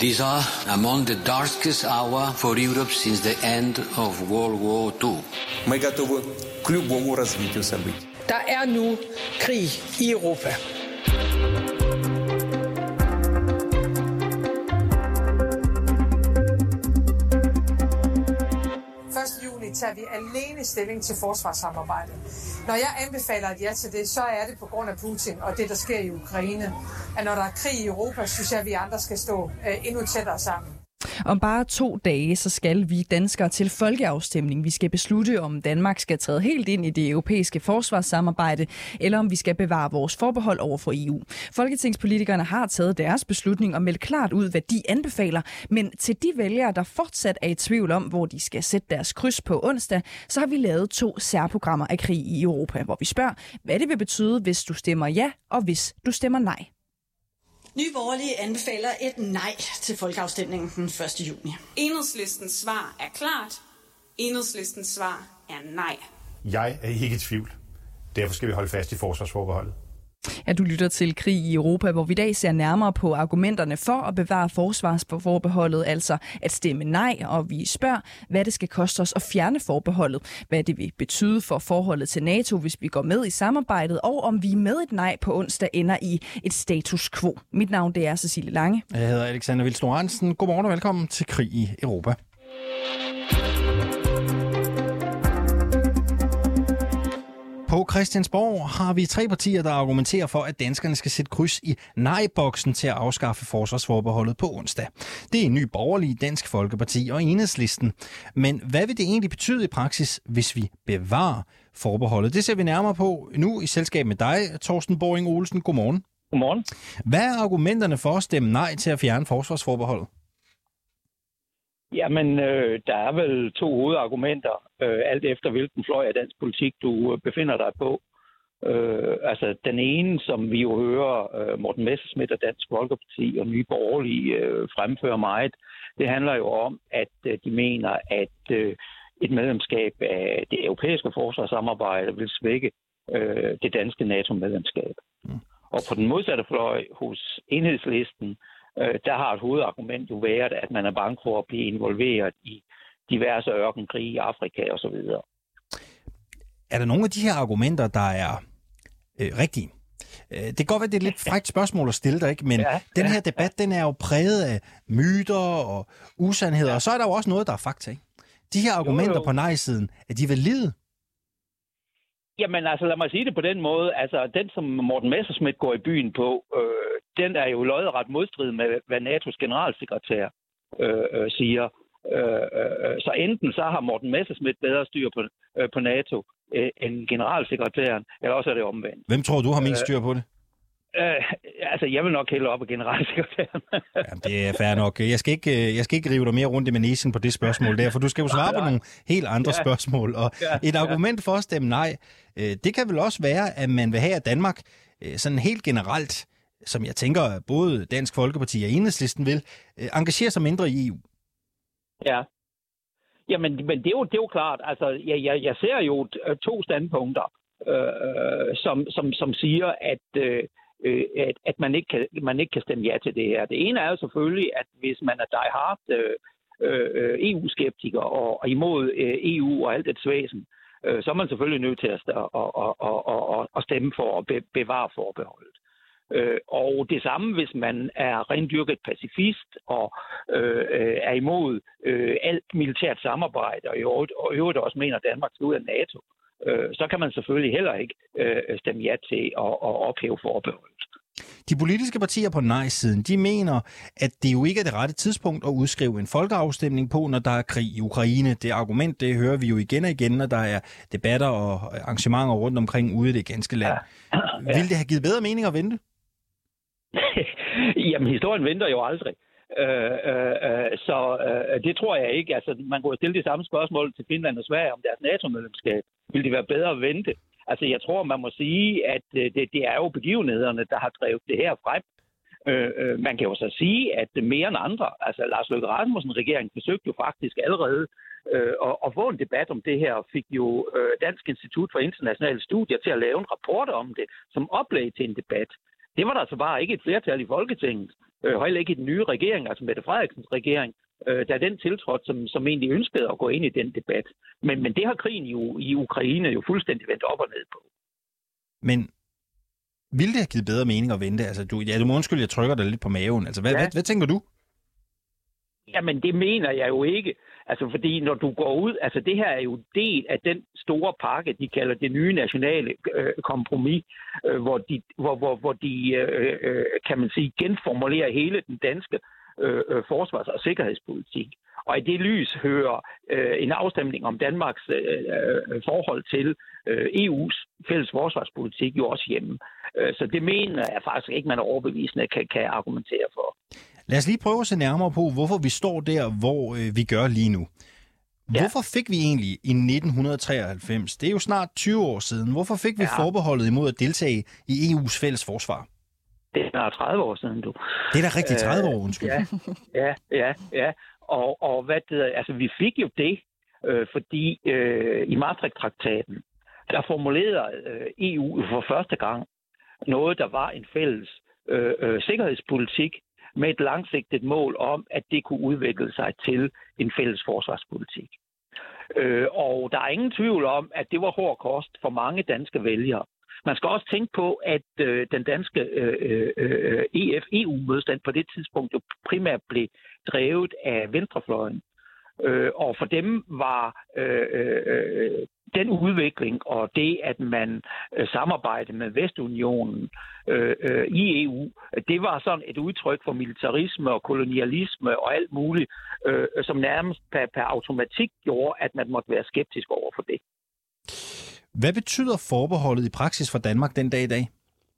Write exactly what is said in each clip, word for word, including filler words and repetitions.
These are among the darkest hours for Europe since the end of World War Two. Мы готовы к любому развитию событий. Der er nu krig i Europa. første juli tager vi alene stilling til forsvarssamarbejdet. Når jeg anbefaler et ja til det, så er det på grund af Putin og det, der sker i Ukraine. At når der er krig i Europa, synes jeg, at vi andre skal stå endnu tættere sammen. Om bare to dage, så skal vi danskere til folkeafstemning. Vi skal beslutte, om Danmark skal træde helt ind i det europæiske forsvarssamarbejde, eller om vi skal bevare vores forbehold over for E U. Folketingspolitikerne har taget deres beslutning og meldt klart ud, hvad de anbefaler. Men til de vælgere, der fortsat er i tvivl om, hvor de skal sætte deres kryds på onsdag, så har vi lavet to særprogrammer af krig i Europa, hvor vi spørger, hvad det vil betyde, hvis du stemmer ja, og hvis du stemmer nej. Nye Borgerlige anbefaler et nej til folkeafstemningen den første juni. Enhedslistens svar er klart. Enhedslistens svar er nej. Jeg er ikke i tvivl. Derfor skal vi holde fast i forsvarsforbeholdet. Ja, du lytter til Krig i Europa, hvor vi i dag ser nærmere på argumenterne for at bevare forsvarsforbeholdet, altså at stemme nej, og vi spørger, hvad det skal koste os at fjerne forbeholdet, hvad det vil betyde for forholdet til NATO, hvis vi går med i samarbejdet, og om vi med et nej på onsdag ender i et status quo. Mit navn det er Cecilie Lange. Jeg hedder Alexander Vilstor Hansen. Godmorgen og velkommen til Krig i Europa. På Christiansborg har vi tre partier, der argumenterer for, at danskerne skal sætte kryds i nej-boksen til at afskaffe forsvarsforbeholdet på onsdag. Det er Nye Borgerlige, Dansk Folkeparti og Enhedslisten. Men hvad vil det egentlig betyde i praksis, hvis vi bevarer forbeholdet? Det ser vi nærmere på nu i selskab med dig, Torsten Boring Olsen. Godmorgen. Godmorgen. Hvad er argumenterne for at stemme nej til at fjerne forsvarsforbeholdet? Jamen, øh, der er vel to hovedargumenter, øh, alt efter hvilken fløj af dansk politik du øh, befinder dig på. Øh, altså, den ene, som vi jo hører øh, Morten Messerschmidt og Dansk Folkeparti og Nye Borgerlige øh, fremfører meget, det handler jo om, at øh, de mener, at øh, et medlemskab af det europæiske forsvarssamarbejde vil svække øh, det danske NATO-medlemskab. Mm. Og på den modsatte fløj hos Enhedslisten, der har et hovedargument jo været, at man er bange for at blive involveret i diverse ørkenkrige i Afrika osv. Er der nogle af de her argumenter, der er øh, rigtige? Det kan godt være, det er et lidt frækt spørgsmål at stille dig, ikke? Men ja, den her debat, ja. den er jo præget af myter og usandheder, ja. og så er der jo også noget, der er fakta, ikke? De her argumenter jo, jo. på nej-siden, er de valide? Jamen altså, lad mig sige det på den måde. Altså, den som Morten Messerschmidt går i byen på, øh, den er jo lodret modstrid med, hvad N A T O's generalsekretær øh, øh, siger. Øh, øh, så enten så har Morten Messerschmidt bedre styr på, øh, på NATO øh, end generalsekretæren, eller også er det omvendt. Hvem tror du har mest styr på det? Øh, altså, jeg vil nok hælde op af generalsekretæren. Jamen, det er fair nok. Jeg skal, ikke, jeg skal ikke rive dig mere rundt i manesien på det spørgsmål der, for du skal jo svare på nogle helt andre ja. spørgsmål. Og ja, et argument for at stemme nej, det kan vel også være, at man vil have, at Danmark sådan helt generelt, som jeg tænker, både Dansk Folkeparti og Enhedslisten vil, engagere sig mindre i E U. Ja. Jamen, men det er jo, det er jo klart. Altså, jeg, jeg, jeg ser jo to standpunkter, øh, som, som, som siger, at øh, At, at man, ikke kan, man ikke kan stemme ja til det her. Det ene er jo selvfølgelig, at hvis man er die-hard øh, øh, E U-skeptiker og, og imod øh, E U og alt det væsen, øh, så er man selvfølgelig nødt til at, at, at, at, at stemme for at be, bevare forbeholdet. Øh, og det samme, hvis man er rendyrket pacifist og øh, er imod øh, alt militært samarbejde, og i øvrigt, og i øvrigt også mener, at Danmark skal ud af NATO, så kan man selvfølgelig heller ikke øh, stemme ja til at, at ophæve forbeholdet. De politiske partier på nej-siden, de mener, at det jo ikke er det rette tidspunkt at udskrive en folkeafstemning på, når der er krig i Ukraine. Det argument, det hører vi jo igen og igen, når der er debatter og arrangementer rundt omkring ude i det ganske land. Ja. Ja. Vil det have givet bedre mening at vente? Jamen, historien venter jo aldrig. Øh, øh, så øh, det tror jeg ikke. Altså, man kunne stille de samme spørgsmål til Finland og Sverige om deres NATO-medlemskab. Vil det være bedre at vente? Altså, jeg tror, man må sige, at øh, det, det er jo begivenhederne, der har drevet det her frem. Øh, øh, man kan jo så sige, at mere end andre, altså Lars Løkke Rasmussen-regeringen forsøgte jo faktisk allerede øh, at, at få en debat om det her, og fik jo øh, Dansk Institut for Internationale Studier til at lave en rapport om det, som oplæg til en debat. Det var der så bare ikke et flertal i Folketinget, øh, og heller ikke i den nye regering, altså Mette Frederiksens regering, øh, da den tiltrådte, som, som egentlig ønskede at gå ind i den debat. Men, men det har krigen jo, i Ukraine jo fuldstændig vendt op og ned på. Men ville det have givet bedre mening at vente? Altså, du, ja, du må undskylde, jeg trykker dig lidt på maven. Altså, hvad, ja. hvad, hvad tænker du? Jamen, det mener jeg jo ikke. Altså, fordi når du går ud... Altså, det her er jo del af den store pakke, de kalder det nye nationale øh, kompromis, øh, hvor de, hvor, hvor, hvor de øh, øh, kan man sige, genformulerer hele den danske øh, forsvars- og sikkerhedspolitik. Og i det lys hører øh, en afstemning om Danmarks øh, forhold til øh, E U's fælles forsvarspolitik jo også hjemme. Øh, så det mener jeg faktisk ikke, man er overbevisende kan, kan argumentere for. Lad os lige prøve at se nærmere på, hvorfor vi står der, hvor øh, vi gør lige nu. Ja. Hvorfor fik vi egentlig i nitten treoghalvfems, det er jo snart tyve år siden, hvorfor fik vi ja. forbeholdet imod at deltage i E U's fælles forsvar? Det er snart tredive år siden, du. Det er da rigtig tredive år, undskyld. Ja, ja, ja. ja. Og, og hvad det, altså, vi fik jo det, øh, fordi øh, i Maastricht-traktaten, der formulerede øh, E U for første gang noget, der var en fælles øh, øh, sikkerhedspolitik, med et langsigtet mål om, at det kunne udvikle sig til en fælles forsvarspolitik. Øh, og der er ingen tvivl om, at det var hård kost for mange danske vælgere. Man skal også tænke på, at øh, den danske øh, øh, E F-E U-modstand på det tidspunkt jo primært blev drevet af venstrefløjen. Øh, og for dem var øh, øh, den udvikling og det, at man øh, samarbejdede med Vestunionen øh, øh, i E U, det var sådan et udtryk for militarisme og kolonialisme og alt muligt, øh, som nærmest per, per automatik gjorde, at man måtte være skeptisk over for det. Hvad betyder forbeholdet i praksis for Danmark den dag i dag?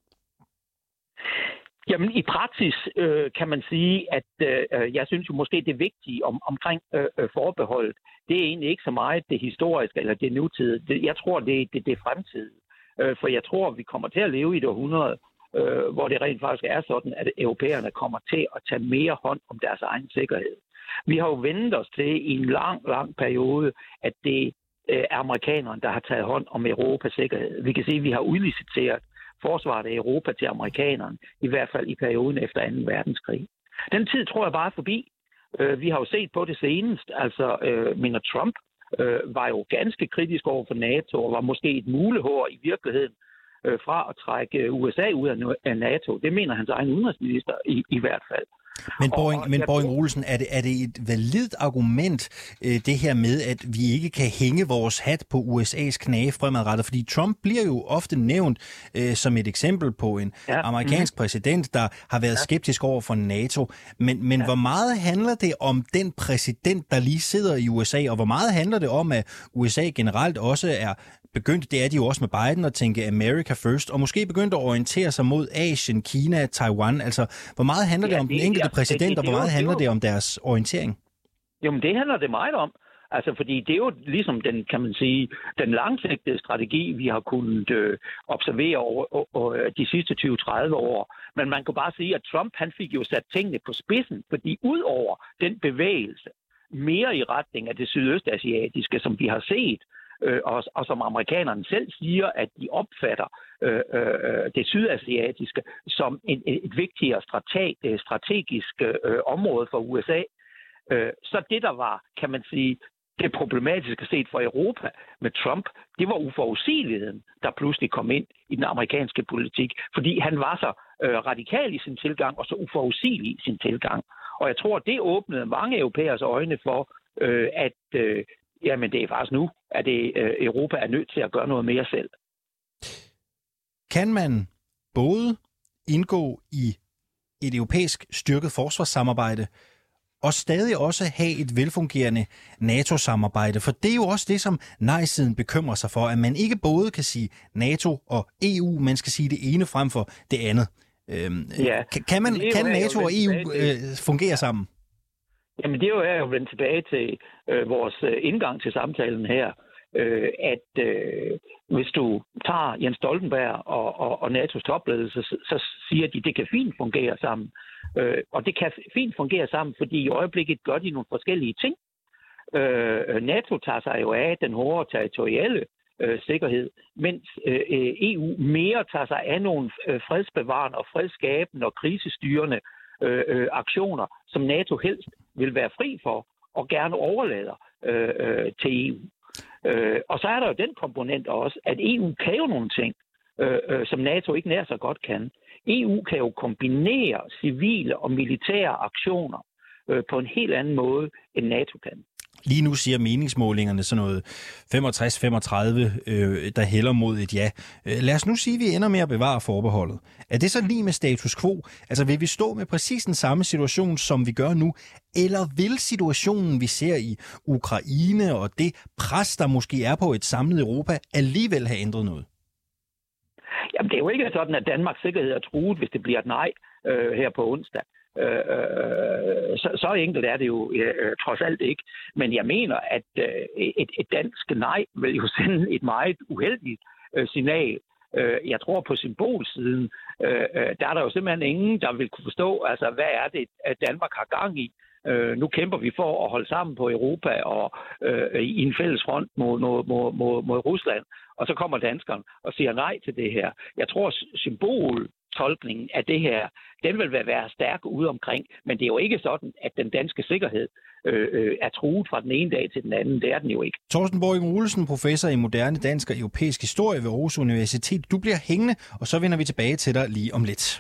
Jamen i praksis øh, kan man sige, at øh, jeg synes jo måske det vigtige om, omkring øh, forbeholdet, det er egentlig ikke så meget det historiske eller det nutidige. Jeg tror, det er det, det fremtidige. Øh, for jeg tror, vi kommer til at leve i et århundrede, øh, hvor det rent faktisk er sådan, at europæerne kommer til at tage mere hånd om deres egen sikkerhed. Vi har jo vendt os til i en lang, lang periode, at det er amerikanerne, der har taget hånd om Europas sikkerhed. Vi kan sige, at vi har udliciteret forsvaret af Europa til amerikanerne, i hvert fald i perioden efter anden verdenskrig. Den tid tror jeg bare er forbi. Vi har jo set på det senest, altså øh, mener Trump øh, var jo ganske kritisk over for NATO, og var måske et mulehår i virkeligheden øh, fra at trække U S A ud af NATO. Det mener hans egen udenrigsminister i, i hvert fald. Men Boring, og, men Boring Olesen, er det, er det et validt argument, øh, det her med, at vi ikke kan hænge vores hat på U S A's knæ fremadrettet? Fordi Trump bliver jo ofte nævnt øh, som et eksempel på en ja. amerikansk mm. præsident, der har været ja. skeptisk over for NATO. Men, men ja. hvor meget handler det om den præsident, der lige sidder i U S A, og hvor meget handler det om, at U S A generelt også er begyndt, det er de jo også med Biden, at tænke America first, og måske begyndt at orientere sig mod Asien, Kina, Taiwan. Altså, hvor meget handler ja, det om den enkelte præsident, det, det, det, og hvor meget det, handler det, det om deres orientering? Jamen, det handler det meget om. Altså, fordi det er jo ligesom den, kan man sige, den langsigtede strategi, vi har kunnet øh, observere over, over de sidste tyve til tredive år. Men man kan bare sige, at Trump, han fik jo sat tingene på spidsen, fordi ud over den bevægelse, mere i retning af det sydøstasiatiske, som vi har set, Øh, og, og som amerikanerne selv siger, at de opfatter øh, øh, det sydasiatiske som en, et vigtigere strateg, strategisk øh, område for U S A. Øh, så det, der var, kan man sige, det problematiske set for Europa med Trump, det var uforudsigeligheden, der pludselig kom ind i den amerikanske politik, fordi han var så øh, radikal i sin tilgang og så uforudsigelig i sin tilgang. Og jeg tror, det åbnede mange europæers øjne for, øh, at øh, jamen, det er faktisk nu, at det, øh, Europa er nødt til at gøre noget mere selv. Kan man både indgå i et europæisk styrket forsvarssamarbejde, og stadig også have et velfungerende NATO-samarbejde? For det er jo også det, som nej-siden bekymrer sig for, at man ikke både kan sige NATO og E U, man skal sige det ene frem for det andet. Øhm, ja. Kan, man, kan NATO og E U øh, fungere sammen? Jamen, det er jo jeg jo vendt tilbage til øh, vores indgang til samtalen her, øh, at øh, hvis du tager Jens Stoltenberg og, og, og NATO's topledelse, så, så siger de, at det kan fint fungere sammen. Øh, og det kan fint fungere sammen, fordi i øjeblikket gør de nogle forskellige ting. Øh, NATO tager sig jo af den hårde territoriale øh, sikkerhed, mens øh, E U mere tager sig af nogle øh, fredsbevarende og fredsskabende og krisestyrende øh, øh, aktioner, som NATO helst vil være fri for og gerne overlader øh, øh, til E U. Øh, og så er der jo den komponent også, at E U kan jo nogle ting, øh, øh, som NATO ikke nær så godt kan. E U kan jo kombinere civile og militære aktioner øh, på en helt anden måde, end NATO kan. Lige nu siger meningsmålingerne sådan noget femogtres femogtredive, øh, der hælder mod et ja. Lad os nu sige, at vi ender med at bevare forbeholdet. Er det så lige med status quo? Altså vil vi stå med præcis den samme situation, som vi gør nu? Eller vil situationen, vi ser i Ukraine og det pres, der måske er på et samlet Europa, alligevel have ændret noget? Jamen, det er jo ikke sådan, at Danmarks sikkerhed er truet, hvis det bliver et nej øh, her på onsdag. Øh, så, så enkelt er det jo øh, trods alt ikke. Men jeg mener, at øh, et, et dansk nej vil jo sende et meget uheldigt øh, signal. Øh, jeg tror på symbolsiden, øh, der er der jo simpelthen ingen, der vil kunne forstå, altså hvad er det, at Danmark har gang i. Øh, nu kæmper vi for at holde sammen på Europa og øh, i en fælles front mod, mod, mod, mod, mod Rusland. Og så kommer danskerne og siger nej til det her. Jeg tror, symboltolkningen af det her, den vil være stærk ude omkring. Men det er jo ikke sådan, at den danske sikkerhed øh, øh, er truet fra den ene dag til den anden. Det er den jo ikke. Torsten Borg-Olesen, professor i moderne dansk og europæisk historie ved Aarhus Universitet. Du bliver hængende, og så vender vi tilbage til dig lige om lidt.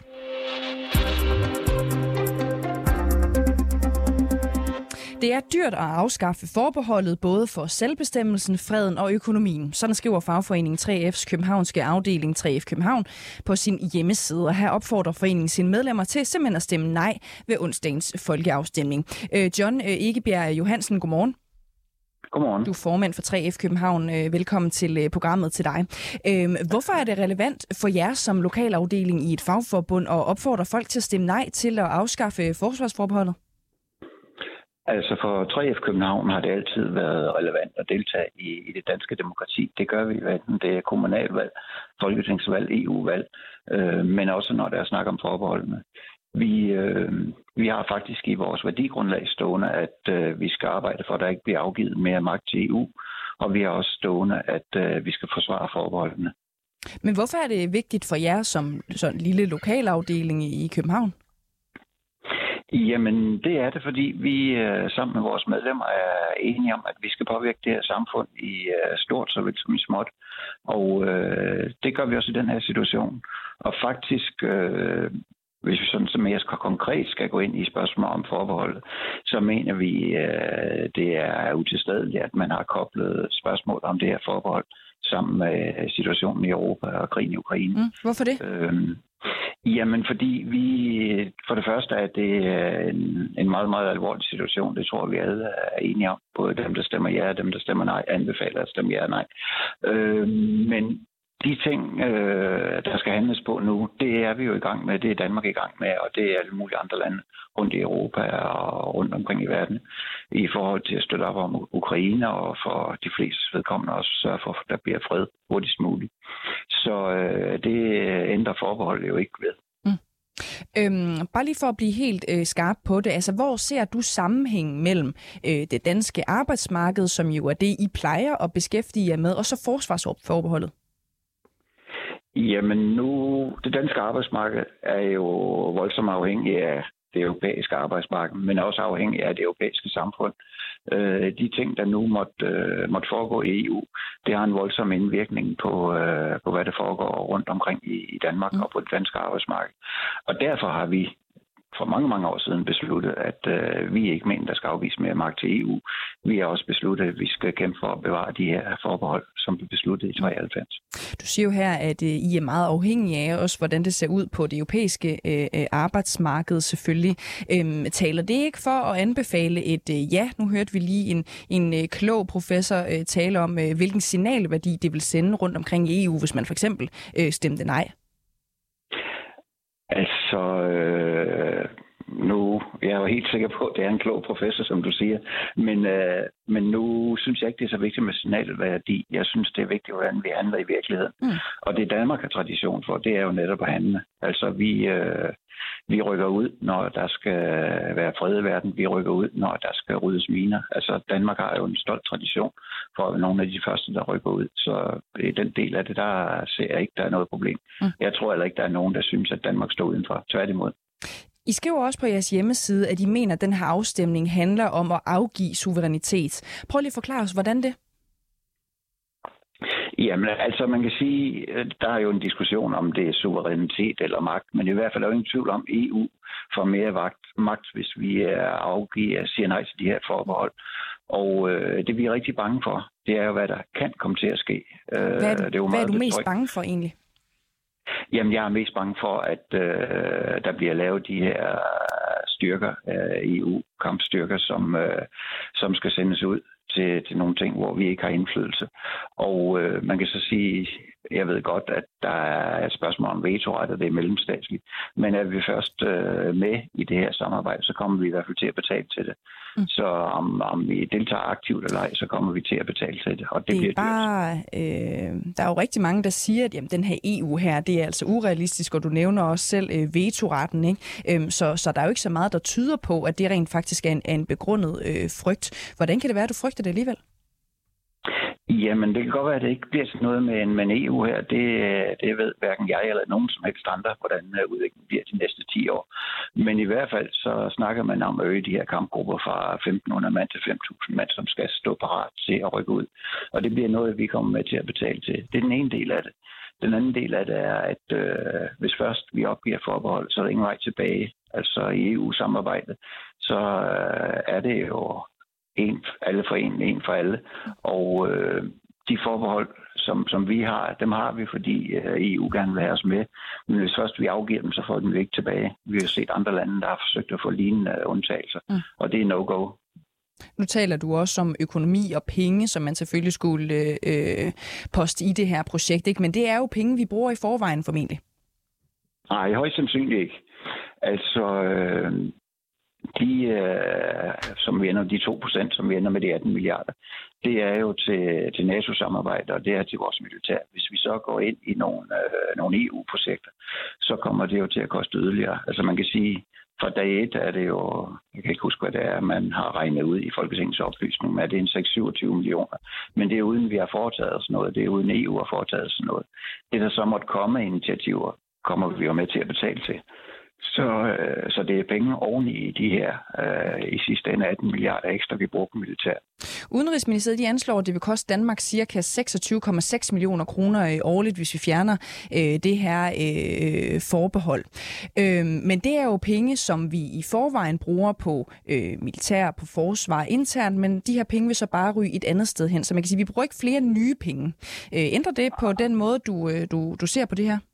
Det er dyrt at afskaffe forbeholdet både for selvbestemmelsen, freden og økonomien. Sådan skriver fagforeningen tre F's københavnske afdeling tre F København på sin hjemmeside. Og her opfordrer foreningen sine medlemmer til simpelthen at stemme nej ved onsdagens folkeafstemning. John Egebjerg Johansen, godmorgen. Godmorgen. Du er formand for tre F København. Velkommen til programmet til dig. Hvorfor er det relevant for jer som lokalafdeling i et fagforbund at opfordre folk til at stemme nej til at afskaffe forsvarsforbeholdet? Altså for tre F København har det altid været relevant at deltage i, i det danske demokrati. Det gør vi, enten det er kommunalvalg, folketingsvalg, E U-valg, øh, men også når der er snak om forbeholdene. Vi, øh, vi har faktisk i vores værdigrundlag stående, at øh, vi skal arbejde for, at der ikke bliver afgivet mere magt til E U, og vi har også stående, at øh, vi skal forsvare forbeholdene. Men hvorfor er det vigtigt for jer som sådan en lille lokalafdeling i København? Jamen, det er det, fordi vi øh, sammen med vores medlemmer er enige om, at vi skal påvirke det her samfund i øh, stort såvel som i småt. Og øh, det gør vi også i den her situation. Og faktisk, øh, hvis vi sådan så mere konkret skal gå ind i spørgsmål om forbeholdet, så mener vi, øh, det er utilstedeligt, at man har koblet spørgsmål om det her forbehold sammen med situationen i Europa og krigen i Ukraine. Mm, hvorfor det? Øh, Jamen, fordi vi, for det første er det en, en meget, meget alvorlig situation. Det tror vi alle er enige om. Både dem, der stemmer ja, og dem, der stemmer nej, anbefaler at stemme ja og nej. Øh, men de ting, øh, der skal handles på nu, det er vi jo i gang med. Det er Danmark i gang med, og det er alle mulige andre lande rundt i Europa og rundt omkring i verden i forhold til at støtte op om Ukraine og for de fleste vedkommende også sørge for, at der bliver fred hurtigst muligt. Så øh, det ændrer forbeholdet jo ikke ved. Mm. Øhm, bare lige for at blive helt øh, skarp på det, altså hvor ser du sammenhængen mellem øh, det danske arbejdsmarked, som jo er det, I plejer at beskæftige jer med, og så forsvarsforbeholdet? Jamen nu, det danske arbejdsmarked er jo voldsomt afhængig af det europæiske arbejdsmarked, men også afhængig af det europæiske samfund. Øh, de ting, der nu måtte, øh, måtte foregå i E U, det har en voldsom indvirkning på, øh, på hvad der foregår rundt omkring i, i Danmark mm. og på det danske arbejdsmarked. Og derfor har vi for mange, mange år siden besluttet, at øh, vi ikke mener, der skal afgives mere magt til E U. Vi har også besluttet, at vi skal kæmpe for at bevare de her forbehold, som blev besluttet i treoghalvfems. Du siger jo her, at øh, I er meget afhængige af også, hvordan det ser ud på det europæiske øh, arbejdsmarked selvfølgelig. Øhm, taler det ikke for at anbefale et øh, ja? Nu hørte vi lige en, en øh, klog professor øh, tale om, øh, hvilken signalværdi det vil sende rundt omkring i E U, hvis man for eksempel øh, stemte nej. Altså, øh, nu, jeg er jo helt sikker på, at det er en klog professor, som du siger, men, øh, men nu synes jeg ikke, det er så vigtigt med signalværdi. Jeg synes, det er vigtigt, hvordan vi handler i virkeligheden. Mm. Og det Danmark har tradition for, det er jo netop at handle. Altså, vi, øh, vi rykker ud, når der skal være fred i verden. Vi rykker ud, når der skal ryddes miner. Altså, Danmark har jo en stolt tradition for nogle af de første, der rykker ud. Så i den del af det, der ser jeg ikke, der er noget problem. Mm. Jeg tror heller ikke, der er nogen, der synes, at Danmark står udenfor. Tværtimod. I skriver også på jeres hjemmeside, at I mener, at den her afstemning handler om at afgive suverænitet. Prøv lige at forklare os, hvordan det? Jamen, altså man kan sige, der er jo en diskussion om det er suverænitet eller magt, men i hvert fald er jo ingen tvivl om, E U får mere magt, magt hvis vi er afgiver, siger nej til de her forbehold. Og øh, det vi er rigtig bange for, det er jo, hvad der kan komme til at ske. Hvad er du, det er jo hvad er du mest betrygt. bange for egentlig? Jamen, jeg er mest bange for, at øh, der bliver lavet de her styrker, øh, E U-kampstyrker, som, øh, som skal sendes ud til, til nogle ting, hvor vi ikke har indflydelse. Og øh, man kan så sige, jeg ved godt, at der er et spørgsmål om vetoret, og det er mellemstatsligt. Men er vi først øh, med i det her samarbejde, så kommer vi i hvert fald til at betale til det. Mm. Så om, om vi deltager aktivt eller ej, så kommer vi til at betale til det. Og det, det bliver bare, øh, der er jo rigtig mange, der siger, at jamen, den her E U her, det er altså urealistisk, og du nævner også selv øh, vetoretten. Ikke? Øhm, så, så der er jo ikke så meget, der tyder på, at det rent faktisk er en, er en begrundet øh, frygt. Hvordan kan det være, at du frygter det alligevel? Jamen, det kan godt være, at det ikke bliver sådan noget med en, med en E U her. Det, det ved hverken jeg eller nogen som helst andre, hvordan udviklingen bliver de næste ti år. Men i hvert fald så snakker man om at øge de her kampgrupper fra femten hundrede mand til fem tusind mand, som skal stå parat til at rykke ud. Og det bliver noget, vi kommer med til at betale til. Det er den ene del af det. Den anden del af det er, at øh, hvis først vi opgiver forbehold, så er der ingen vej tilbage. Altså i E U-samarbejdet, så øh, er det jo en, alle for en, en for alle. Og øh, de forbehold, som, som vi har, dem har vi, fordi øh, E U gerne vil have os med. Men hvis først vi afgiver dem, så får dem ikke tilbage. Vi har set andre lande, der har forsøgt at få lignende undtagelser, mm. og det er no-go. Nu taler du også om økonomi og penge, som man selvfølgelig skulle øh, poste i det her projekt, ikke? Men det er jo penge, vi bruger i forvejen formentlig. Nej, højst sandsynligt ikke. Altså, øh, de, øh, som vi ender, de to procent, som vi ender med de atten milliarder, det er jo til, til NATO-samarbejde, og det er til vores militær. Hvis vi så går ind i nogle, øh, nogle E U-projekter, så kommer det jo til at koste yderligere. Altså man kan sige, fra dag et er det jo, jeg kan ikke huske, hvad det er, man har regnet ud i Folketingets oplysning, men det er en seks til syvogtyve millioner. Men det er uden, vi har foretaget os noget. Det er uden E U har foretaget os noget. Det, der så måtte komme initiativer, kommer vi jo med til at betale til. Så, øh, så det er penge oven i de her øh, i sidste ende atten milliarder ekstra, vi bruger på militær. Udenrigsministeriet de anslår, at det vil koste Danmark ca. seksogtyve komma seks millioner kroner årligt, hvis vi fjerner øh, det her øh, forbehold. Øh, men det er jo penge, som vi i forvejen bruger på øh, militær, på forsvar internt, men de her penge vil så bare ryge et andet sted hen. Så man kan sige, at vi bruger ikke flere nye penge. Øh, ændrer det på den måde, du, øh, du, du ser på det her?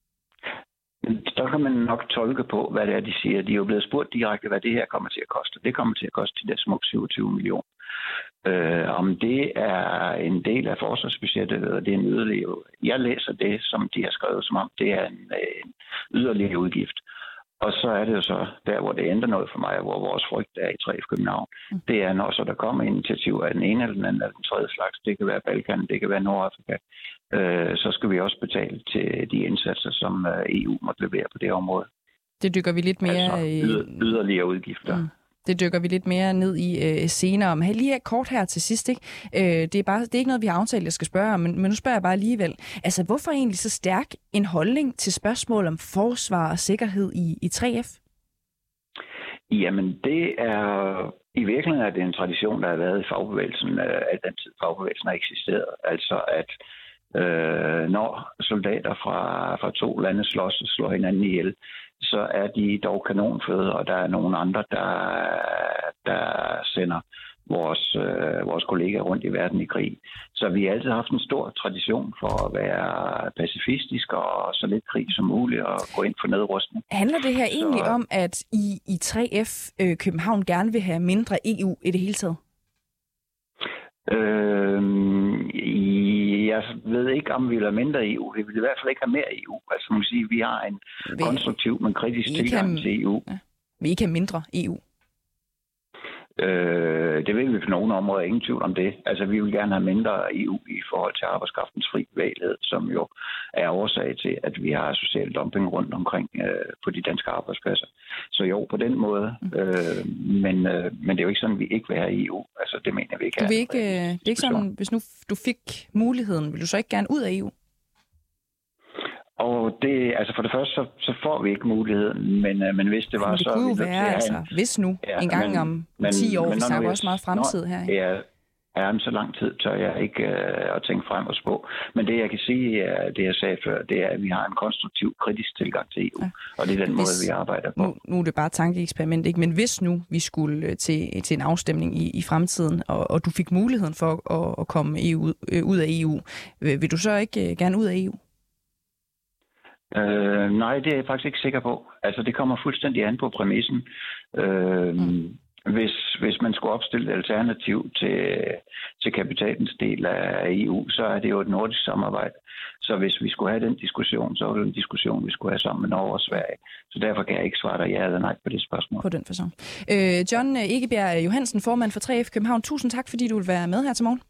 Der kan man nok tolke på, hvad det er, de siger. De er jo blevet spurgt direkte, hvad det her kommer til at koste. Det kommer til at koste de der små syvogtyve millioner. Øh, om det er en del af forsvarsbudgettet, eller det er en yderligere... Jeg læser det, som de har skrevet, som om det er en, en yderligere udgift. Og så er det jo så der, hvor det ændrer noget for mig, hvor vores frygt er i tre F København. Mm. Det er, når så der kommer initiativer af den ene eller den anden eller den tredje slags. Det kan være Balkan, det kan være Nordafrika. Øh, så skal vi også betale til de indsatser, som E U måtte levere på det område. Det dykker vi lidt mere... Altså yder, yderligere udgifter. Mm. Det dykker vi lidt mere ned i øh, senere. Men lige kort her til sidst, ikke? Øh, det, er bare, det er ikke noget, vi har aftalt, jeg skal spørge om, men, men nu spørger jeg bare alligevel. Altså, hvorfor egentlig så stærk en holdning til spørgsmål om forsvar og sikkerhed i, i tre F? Jamen, det er... I virkeligheden er det en tradition, der har været i fagbevægelsen, at den tid fagbevægelsen har eksisteret. Altså, at øh, når soldater fra, fra to lande slås og slår hinanden ihjel, så er de dog kanonføde, og der er nogle andre, der, der sender vores, øh, vores kollegaer rundt i verden i krig. Så vi har altid haft en stor tradition for at være pacifistisk og så lidt krig som muligt og gå ind for nedrustning. Handler det her så... egentlig om, at I i tre F øh, København gerne vil have mindre E U i det hele taget? Øh, jeg ved ikke, om vi vil have mindre E U. Vi vil i hvert fald ikke have mere E U. Altså man kan sige, at vi har en vi, konstruktiv, men kritisk tilgang kan, til E U. Ja. Vi ikke have mindre E U? Øh, det vil vi på nogle områder, ingen tvivl om det. Altså vi vil gerne have mindre E U i forhold til arbejdskraftens fri bevægelighed, som jo er årsag til, at vi har social dumping rundt omkring øh, på de danske arbejdspladser. Så jo, på den måde. Øh, men, øh, men det er jo ikke sådan, at vi ikke vil have E U. Altså det mener vi ikke. Du vil ikke øh, det er ikke sådan, hvis nu du fik muligheden, vil du så ikke gerne ud af E U? Og det, altså for det første, så, så får vi ikke muligheden, men, men hvis det var, men det så... kunne jo være, altså, en... hvis nu, ja, en gang men, om men, ti år, men, vi snakker også meget fremtid her. Ikke? Ja, ja, men så lang tid tør jeg ikke uh, at tænke frem og spå. Men det, jeg kan sige, er, det jeg sagde før, det er, at vi har en konstruktiv, kritisk tilgang til E U. Ja. Og det er den hvis, måde, vi arbejder på. Nu, nu er det bare et tankeeksperiment, ikke? Men hvis nu vi skulle til, til en afstemning i, i fremtiden, og, og du fik muligheden for at, at komme E U, øh, ud af E U, vil, vil du så ikke øh, gerne ud af E U? Øh, nej, det er jeg faktisk ikke sikker på. Altså, det kommer fuldstændig an på præmissen. Øh, mm. hvis, hvis man skulle opstille et alternativ til, til kapitalens del af E U, så er det jo et nordisk samarbejde. Så hvis vi skulle have den diskussion, så er det en diskussion, vi skulle have sammen med Norge og Sverige. Så derfor kan jeg ikke svare dig ja eller nej på det spørgsmål. På den facon. Øh, John Egebjerg Johansen, formand for tre F København. Tusind tak, fordi du vil være med her til morgen.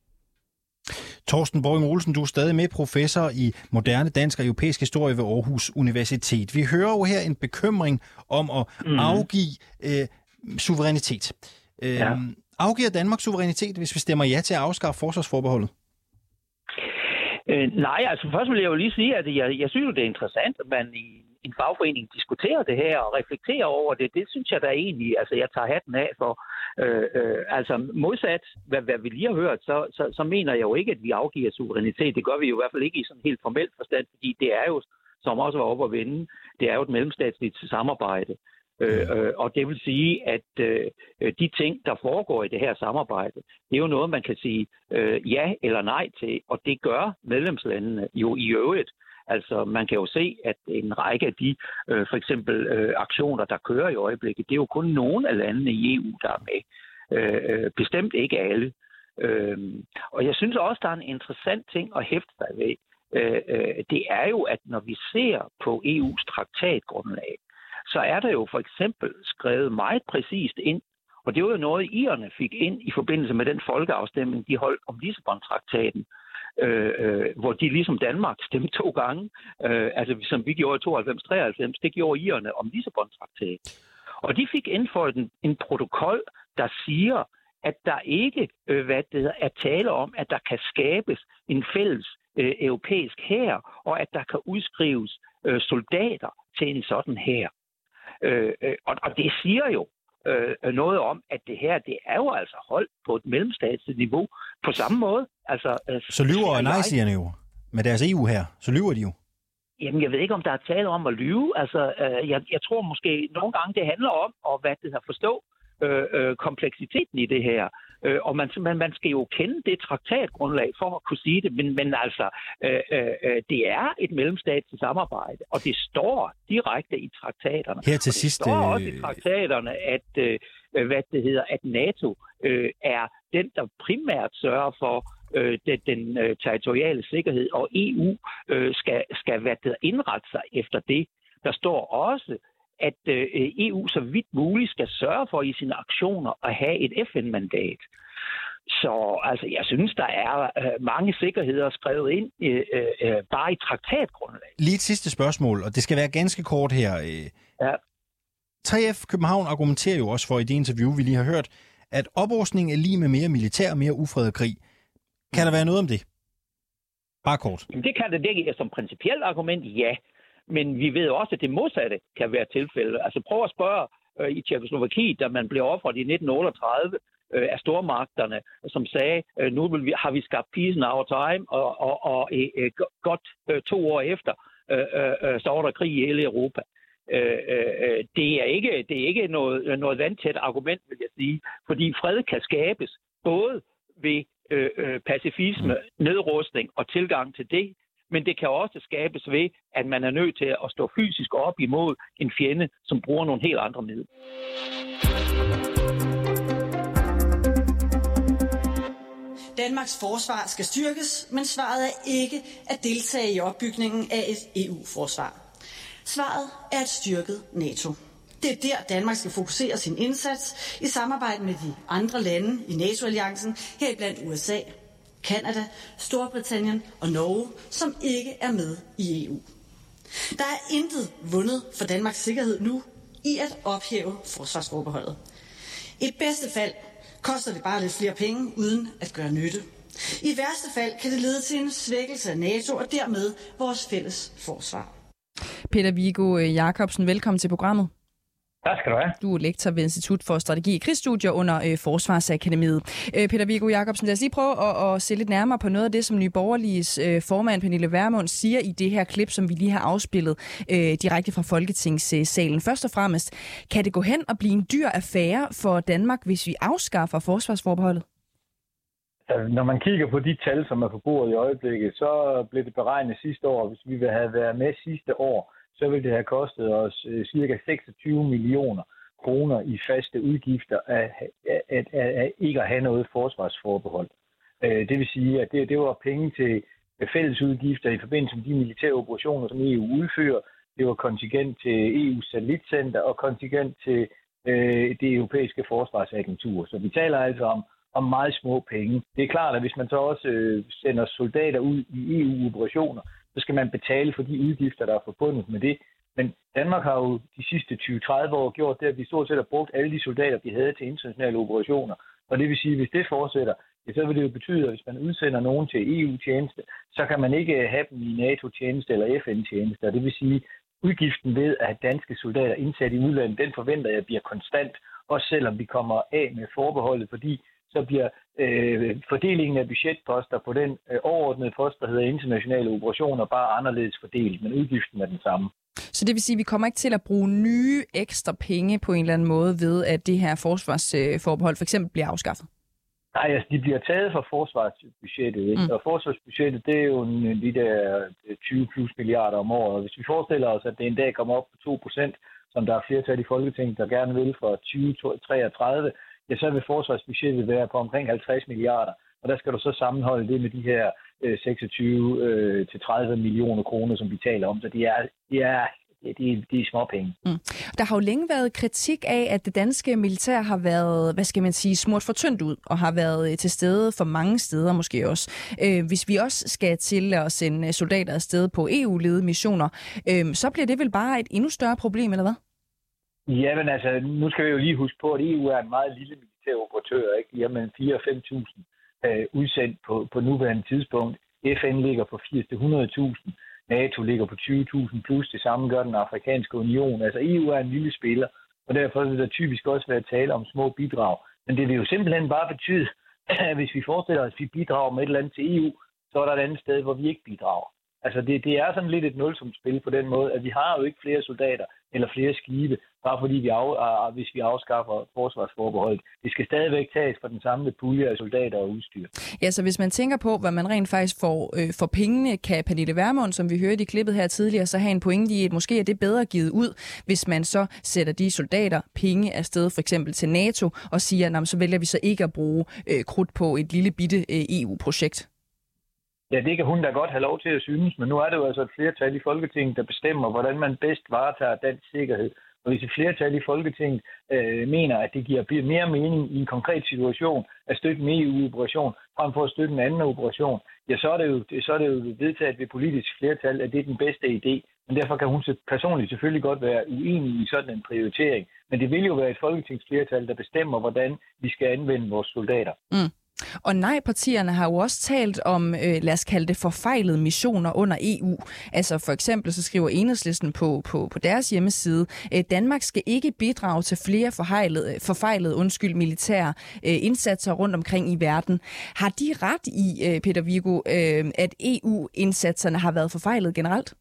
Torsten Borg Olsen, du er stadig med, professor i moderne dansk og europæisk historie ved Aarhus Universitet. Vi hører jo her en bekymring om at mm. afgive øh, suverænitet. Øh, ja. Afgiver Danmark suverænitet, hvis vi stemmer ja til at afskaffe forsvarsforbeholdet? Øh, nej, altså først vil jeg jo lige sige, at jeg, jeg synes det er interessant, at man i en fagforening diskuterer det her og reflekterer over det. Det synes jeg da egentlig, altså jeg tager hatten af for. Øh, øh, altså modsat, hvad, hvad vi lige har hørt, så, så, så mener jeg jo ikke, at vi afgiver suverænitet. Det gør vi jo i hvert fald ikke i sådan helt formelt forstand, fordi det er jo, som også var oppe at vende, det er jo et mellemstatsligt samarbejde. Øh, øh, og det vil sige, at øh, de ting, der foregår i det her samarbejde, det er jo noget, man kan sige øh, ja eller nej til, og det gør medlemslandene jo i øvrigt. Altså, man kan jo se, at en række af de øh, for eksempel øh, aktioner, der kører i øjeblikket, det er jo kun nogle af landene i E U, der er med. Øh, bestemt ikke alle. Øh, og jeg synes også, der er en interessant ting at hæfte sig ved. Øh, øh, det er jo, at når vi ser på E U's traktatgrundlag, så er der jo for eksempel skrevet meget præcist ind, og det var jo noget, irerne fik ind i forbindelse med den folkeafstemning, de holdt om Lissabon-traktaten, øh, øh, hvor de ligesom Danmark stemte to gange, øh, altså som vi gjorde i tooghalvfems treoghalvfems, det gjorde irerne om Lissabon-traktaten. Og de fik indført en, en protokol, der siger, at der ikke øh, hvad det hedder, er tale om, at der kan skabes en fælles øh, europæisk hær, og at der kan udskrives øh, soldater til en sådan hær. Øh, øh, og, og det siger jo øh, noget om, at det her, det er jo altså holdt på et mellemstatsligt niveau på samme måde. Altså, øh, så lyver og nej-sigerne jo med deres E U her. Så lyver de jo. Jamen, jeg ved ikke, om der er tale om at lyve. Altså, øh, jeg, jeg tror måske nogle gange, det handler om at hvad det her, forstå øh, øh, kompleksiteten i det her. Øh, og man, man, man skal jo kende det traktatgrundlag for at kunne sige det, men, men altså, øh, øh, det er et mellemstatsligt samarbejde, og det står direkte i traktaterne. Her til og det sidst, står også i traktaterne, at, øh, hvad det hedder, at NATO øh, er den, der primært sørger for øh, den, den øh, territoriale sikkerhed, og E U øh, skal, skal hvad det, indrette sig efter det. Der står også, at øh, E U så vidt muligt skal sørge for i sine aktioner at have et F N-mandat. Så altså, jeg synes, der er øh, mange sikkerheder skrevet ind øh, øh, bare i traktatgrundlag. Lige et sidste spørgsmål, og det skal være ganske kort her. Ja. tre F København argumenterer jo også for i det interview, vi lige har hørt, at oprustning er lige med mere militær og mere ufred og krig. Kan der være noget om det? Bare kort. Det kan det dække som principielt argument, ja. Men vi ved også, at det modsatte kan være tilfælde. Altså prøv at spørge øh, i Tjekkoslovakiet, da man blev offret i nitten otteogtredive øh, af stormagterne, som sagde, øh, nu vil vi, har vi skabt peace in our time, og, og, og øh, godt øh, to år efter, øh, øh, så var der krig i hele Europa. Øh, øh, det er ikke, det er ikke noget, noget vandtæt argument, vil jeg sige, fordi fred kan skabes både ved øh, øh, pacifisme, nedrustning og tilgang til det, men det kan også skabes ved, at man er nødt til at stå fysisk op imod en fjende, som bruger nogle helt andre midler. Danmarks forsvar skal styrkes, men svaret er ikke at deltage i opbygningen af et E U-forsvar. Svaret er et styrket NATO. Det er der, Danmark skal fokusere sin indsats i samarbejde med de andre lande i NATO-alliancen, heriblandt U S A, Canada, Storbritannien og Norge, som ikke er med i E U. Der er intet vundet for Danmarks sikkerhed nu i at ophæve forsvarsforbeholdet. I bedste fald koster det bare lidt flere penge uden at gøre nytte. I værste fald kan det lede til en svækkelse af NATO og dermed vores fælles forsvar. Peter Viggo Jacobsen, velkommen til programmet. Tak skal du have. Du er lektor ved Institut for Strategi i Krigsstudier under øh, Forsvarsakademiet. Øh, Peter Viggo Jacobsen, lad os lige prøve at, at se lidt nærmere på noget af det, som Nye Borgerliges øh, formand Pernille Vermund siger i det her klip, som vi lige har afspillet øh, direkte fra Folketingssalen. Først og fremmest, kan det gå hen og blive en dyr affære for Danmark, hvis vi afskaffer forsvarsforbeholdet? Når man kigger på de tal, som er på bordet i øjeblikket, så blev det beregnet sidste år. Hvis vi ville have været med sidste år, så ville det have kostet os ca. seksogtyve millioner kroner i faste udgifter af, af, af, af ikke at have noget forsvarsforbehold. Det vil sige, at det, det var penge til fælles udgifter i forbindelse med de militære operationer, som E U udfører. Det var kontingent til E U's satellitcenter og kontingent til øh, det europæiske forsvarsagentur. Så vi taler altså om om meget små penge. Det er klart, at hvis man så også øh, sender soldater ud i E U-operationer, så skal man betale for de udgifter, der er forbundet med det. Men Danmark har jo de sidste tyve til tredive år gjort det, at vi stort set har brugt alle de soldater, vi havde til internationale operationer. Og det vil sige, at hvis det fortsætter, ja, så vil det jo betyde, at hvis man udsender nogen til E U-tjeneste, så kan man ikke have dem i NATO-tjeneste eller F N-tjeneste. Og det vil sige, at udgiften ved at have danske soldater indsat i udlandet, den forventer jeg bliver konstant, også selvom vi kommer af med forbeholdet, fordi så bliver øh, fordelingen af budgetposter på den øh, overordnede post, der hedder internationale operationer, bare anderledes fordelt, men udgiften er den samme. Så det vil sige, at vi kommer ikke til at bruge nye ekstra penge på en eller anden måde ved, at det her forsvarsforbehold for eksempel bliver afskaffet? Nej, altså de bliver taget fra forsvarsbudgettet, ikke? Mm. Og forsvarsbudgettet, det er jo en, de der tyve plus milliarder om året. Og hvis vi forestiller os, at det en dag kommer op på to procent, som der er flertal i Folketinget, der gerne vil fra tyve treogtredive, ja, så vil forsvarsbudgettet være på omkring halvtreds milliarder. Og der skal du så sammenholde det med de her øh, seksogtyve til tredive millioner kroner, som vi taler om. Så det er, det er, det er, det er småpenge. Mm. Der har jo længe været kritik af, at det danske militær har været, hvad skal man sige, smurt for tyndt ud, og har været til stede for mange steder måske også. Øh, hvis vi også skal til at sende soldater afsted på E U-ledede missioner, øh, så bliver det vel bare et endnu større problem, eller hvad? Ja, men altså, nu skal vi jo lige huske på, at E U er en meget lille militær operatør, ikke? De har mellem fire og fem tusind øh, udsendt på, på nuværende tidspunkt. F N ligger på firs til hundrede tusind. NATO ligger på tyve tusind plus. Det samme gør den afrikanske union. Altså, E U er en lille spiller, og derfor vil der typisk også være tale om små bidrag. Men det vil jo simpelthen bare betyde, at hvis vi forestiller os, at vi bidrager med et eller andet til E U, så er der et andet sted, hvor vi ikke bidrager. Altså, det, det er sådan lidt et nulsumsspil på den måde, at vi har jo ikke flere soldater eller flere skibe, bare fordi vi af, hvis vi afskaffer forsvarsforbeholdet. Det skal stadigvæk tages fra den samlede pulje af soldater og udstyr. Ja, så hvis man tænker på, hvad man rent faktisk får øh, for pengene, kan Pernille Vermund, som vi hørte i klippet her tidligere, så have en pointe i, at måske er det bedre givet ud, hvis man så sætter de soldater penge afsted for eksempel til NATO og siger, så vælger vi så ikke at bruge øh, krudt på et lille bitte øh, E U-projekt. Ja, det kan hun da godt have lov til at synes, men nu er det jo altså et flertal i Folketinget, der bestemmer, hvordan man bedst varetager dansk sikkerhed. Og hvis et flertal i Folketinget øh, mener, at det giver mere mening i en konkret situation at støtte en E U-operation, frem for at støtte en anden operation, ja, så er det jo, så er det jo vedtaget ved politisk flertal, at det er den bedste idé. Men derfor kan hun personligt selvfølgelig godt være uenig i sådan en prioritering. Men det vil jo være et folketingsflertal, der bestemmer, hvordan vi skal anvende vores soldater. Mm. Og nej-partierne har jo også talt om, øh, lad os kalde det, forfejlede missioner under E U. Altså for eksempel, så skriver Enhedslisten på, på, på deres hjemmeside, øh, Danmark skal ikke bidrage til flere forfejlede, forfejlede undskyld, militære øh, indsatser rundt omkring i verden. Har de ret i, øh, Peter Viggo, øh, at E U-indsatserne har været forfejlet generelt?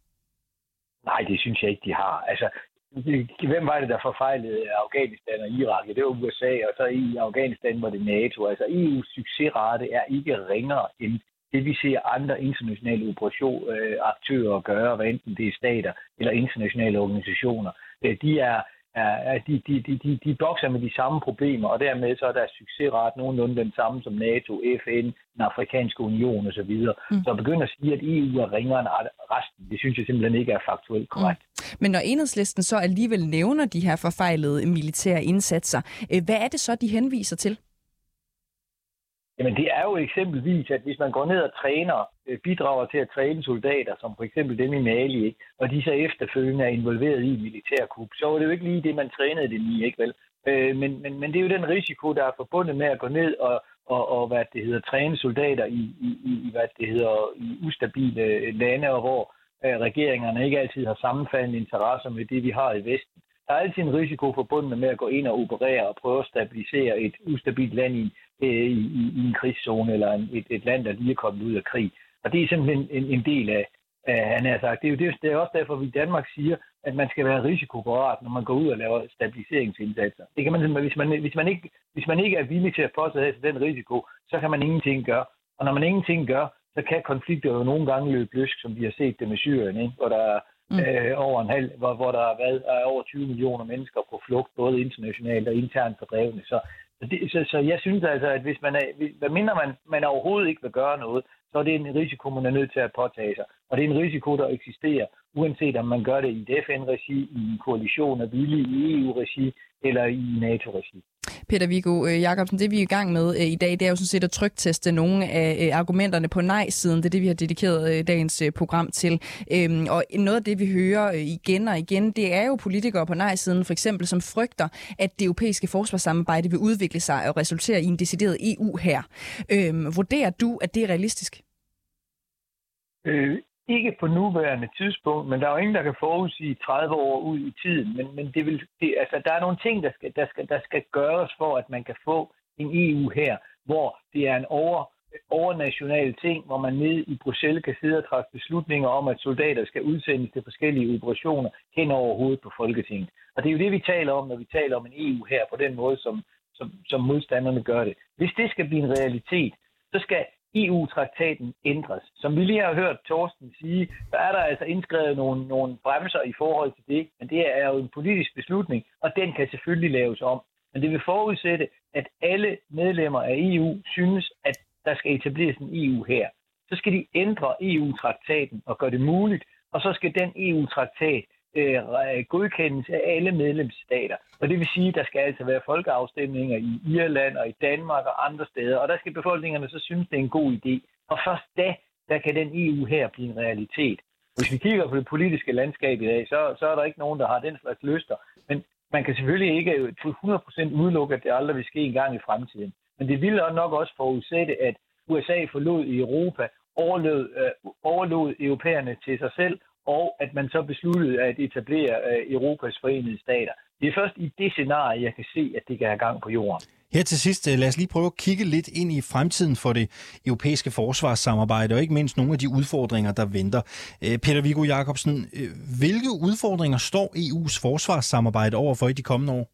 Nej, det synes jeg ikke, de har. Altså, hvem var det, der forfejlede Afghanistan og Irak? Det var U S A, og så i Afghanistan var det NATO. Altså E U's succesrate er ikke ringere end det, vi ser andre internationale operationsaktører gøre, hvad enten det er stater eller internationale organisationer. De er De, de, de, de, de bokser med de samme problemer, og dermed så er deres succesrate nogenlunde den samme som NATO, F N, den afrikanske union osv. Mm. Så at begynde at sige, at E U er ringere end resten, det synes jeg simpelthen ikke er faktuelt korrekt. Mm. Men når Enhedslisten så alligevel nævner de her forfejlede militære indsatser, hvad er det så, de henviser til? Jamen det er jo eksempelvis, at hvis man går ned og træner, bidrager til at træne soldater, som for eksempel dem i Mali, ikke? Og de så efterfølgende er involveret i militærkup, så er det jo ikke lige det, man trænede dem i, ikke vel? Øh, men, men, men det er jo den risiko, der er forbundet med at gå ned og, og, og hvad det hedder, træne soldater i, i, i, hvad det hedder, i ustabile lande, og hvor øh, regeringerne ikke altid har sammenfaldende interesser med det, vi har i Vesten. Der er altid en risiko forbundet med at gå ind og operere og prøve at stabilisere et ustabilt land i, øh, i, i en krigszone, eller en, et, et land, der lige er kommet ud af krig. Og det er simpelthen en, en del af, af han har sagt. Det er jo det, det er også derfor, vi i Danmark siger, at man skal være risikoparat, når man går ud og laver stabiliseringsindsatser. Det kan man simpelthen, hvis man, hvis man ikke, hvis man ikke er villig til at påtage sig den risiko, så kan man ingenting gøre. Og når man ingenting gør, så kan konflikter jo nogle gange løbe løsk, som vi har set det med Syrien, ikke? Hvor der er mm. øh, over en halv, hvor, hvor der har været er over tyve millioner mennesker på flugt, både internationalt og internt fordrevne. Så, så, det, så, så jeg synes altså, at hvis man er, hvad mindre man, man overhovedet ikke vil gøre noget, så er det en risiko, man er nødt til at påtage sig. Og det er en risiko, der eksisterer, uanset om man gør det i et F N-regi, i en koalition af villige, i E U-regi eller i NATO-regi. Peter Viggo Jacobsen, det vi er i gang med i dag, det er jo sådan set at trykteste nogle af argumenterne på nej-siden. Det er det, vi har dedikeret dagens program til. Og noget af det, vi hører igen og igen, det er jo politikere på nej-siden, for eksempel, som frygter, at det europæiske forsvarssamarbejde vil udvikle sig og resultere i en decideret E U-hær. Vurderer du, at det er realistisk? Øh. Ikke på nuværende tidspunkt, men der er jo ingen, der kan forudsige tredive år ud i tiden. Men, men det vil, det, altså, der er nogle ting, der skal, der, skal, der skal gøres for, at man kan få en E U her, hvor det er en over, overnational ting, hvor man nede i Bruxelles kan sidde og træffe beslutninger om, at soldater skal udsendes til forskellige operationer hen over hovedet på Folketinget. Og det er jo det, vi taler om, når vi taler om en E U her, på den måde, som, som, som modstanderne gør det. Hvis det skal blive en realitet, så skal E U-traktaten ændres. Som vi lige har hørt Torsten sige, der er der altså indskrevet nogle, nogle bremser i forhold til det, men det er jo en politisk beslutning, og den kan selvfølgelig laves om. Men det vil forudsætte, at alle medlemmer af E U synes, at der skal etableres en E U her. Så skal de ændre E U-traktaten og gøre det muligt, og så skal den E U-traktat øh, godkendes af alle medlemsstater. Og det vil sige, at der skal altså være folkeafstemninger i Irland og i Danmark og andre steder, og der skal befolkningerne så synes, det er en god idé. Og først da, der kan den E U her blive en realitet. Hvis vi kigger på det politiske landskab i dag, så, så er der ikke nogen, der har den slags lyster. Men man kan selvfølgelig ikke hundrede procent udelukke, at det aldrig vil ske en gang i fremtiden. Men det ville nok også forudsætte, at U S A forlod i Europa, overlod, øh, overlod europæerne til sig selv, og at man så besluttede at etablere øh, Europas forenede stater. Det er først i det scenarie, jeg kan se, at det kan have gang på jorden. Her til sidst, lad os lige prøve at kigge lidt ind i fremtiden for det europæiske forsvarssamarbejde, og ikke mindst nogle af de udfordringer, der venter. Peter Viggo Jacobsen, hvilke udfordringer står E U's forsvarssamarbejde overfor i de kommende år?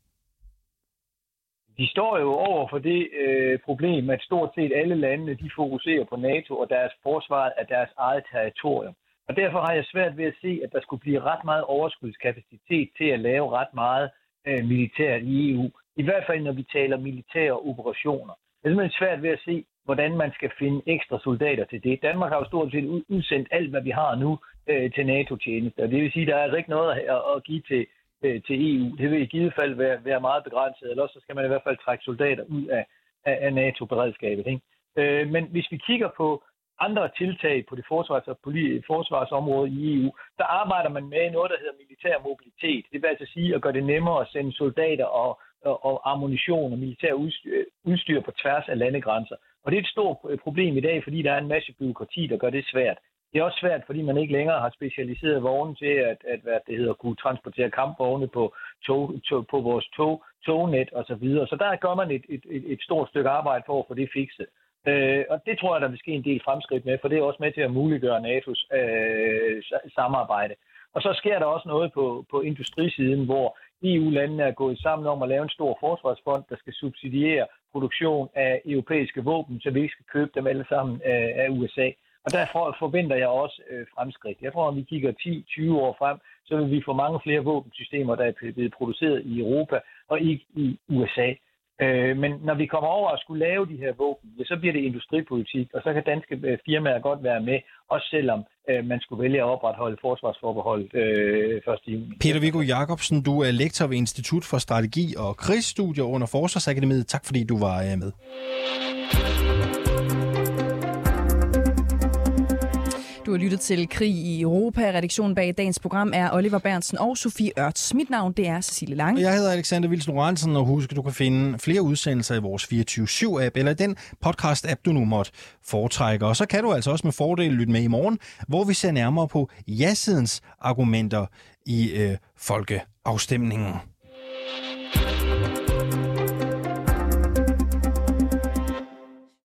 De står jo over for det øh, problem, at stort set alle landene de fokuserer på NATO og deres forsvar af deres eget territorium. Og derfor har jeg svært ved at se, at der skulle blive ret meget overskudskapacitet til at lave ret meget øh, militært i E U. I hvert fald, når vi taler militære operationer. Det er simpelthen svært ved at se, hvordan man skal finde ekstra soldater til det. Danmark har jo stort set udsendt alt, hvad vi har nu øh, til NATO-tjenester. Det vil sige, at der er altså ikke noget at, at give til, øh, til E U. Det vil i givet fald være, være meget begrænset, eller så skal man i hvert fald trække soldater ud af, af, af NATO-beredskabet. Ikke? Øh, men hvis vi kigger på andre tiltag på det forsvars- og forsvarsområde i E U, der arbejder man med noget, der hedder militær mobilitet. Det vil altså sige at gøre det nemmere at sende soldater og, og, og ammunition og militær udstyr, udstyr på tværs af landegrænser. Og det er et stort problem i dag, fordi der er en masse byråkrati, der gør det svært. Det er også svært, fordi man ikke længere har specialiseret vogne til at, at hvad det hedder, kunne transportere kampvogne på, tog, tog, på vores tog, tognet osv. Så, så der gør man et, et, et, et stort stykke arbejde for at få det fikset. Øh, og det tror jeg, der vil ske en del fremskridt med, for det er også med til at muliggøre NATO's øh, samarbejde. Og så sker der også noget på, på industrisiden, hvor E U-landene er gået sammen om at lave en stor forsvarsfond, der skal subsidiere produktion af europæiske våben, så vi ikke skal købe dem alle sammen af, af U S A. Og derfor forventer jeg også øh, fremskridt. Jeg tror, at vi kigger ti til tyve år frem, så vil vi få mange flere våbensystemer, der er blevet produceret i Europa og ikke i U S A. Øh, men når vi kommer over at skulle lave de her våben, ja, så bliver det industripolitik, og så kan danske firmaer godt være med, også selvom øh, man skulle vælge at opretholde forsvarsforbeholdet øh, første juni. Peter Viggo Jacobsen, du er lektor ved Institut for Strategi og Krigsstudier under Forsvarsakademiet. Tak fordi du var øh, med. Du har lyttet til Krig i Europa. Redaktionen bag dagens program er Oliver Bernsen og Sofie Ørts. Mit navn det er Cecilie Lange. Jeg hedder Alexander Vils Lorentzen, og husk, at du kan finde flere udsendelser i vores fireogtyve syv app eller den podcast-app, du nu måtte foretrække. Og så kan du altså også med fordel lytte med i morgen, hvor vi ser nærmere på ja-sidens argumenter i øh, folkeafstemningen.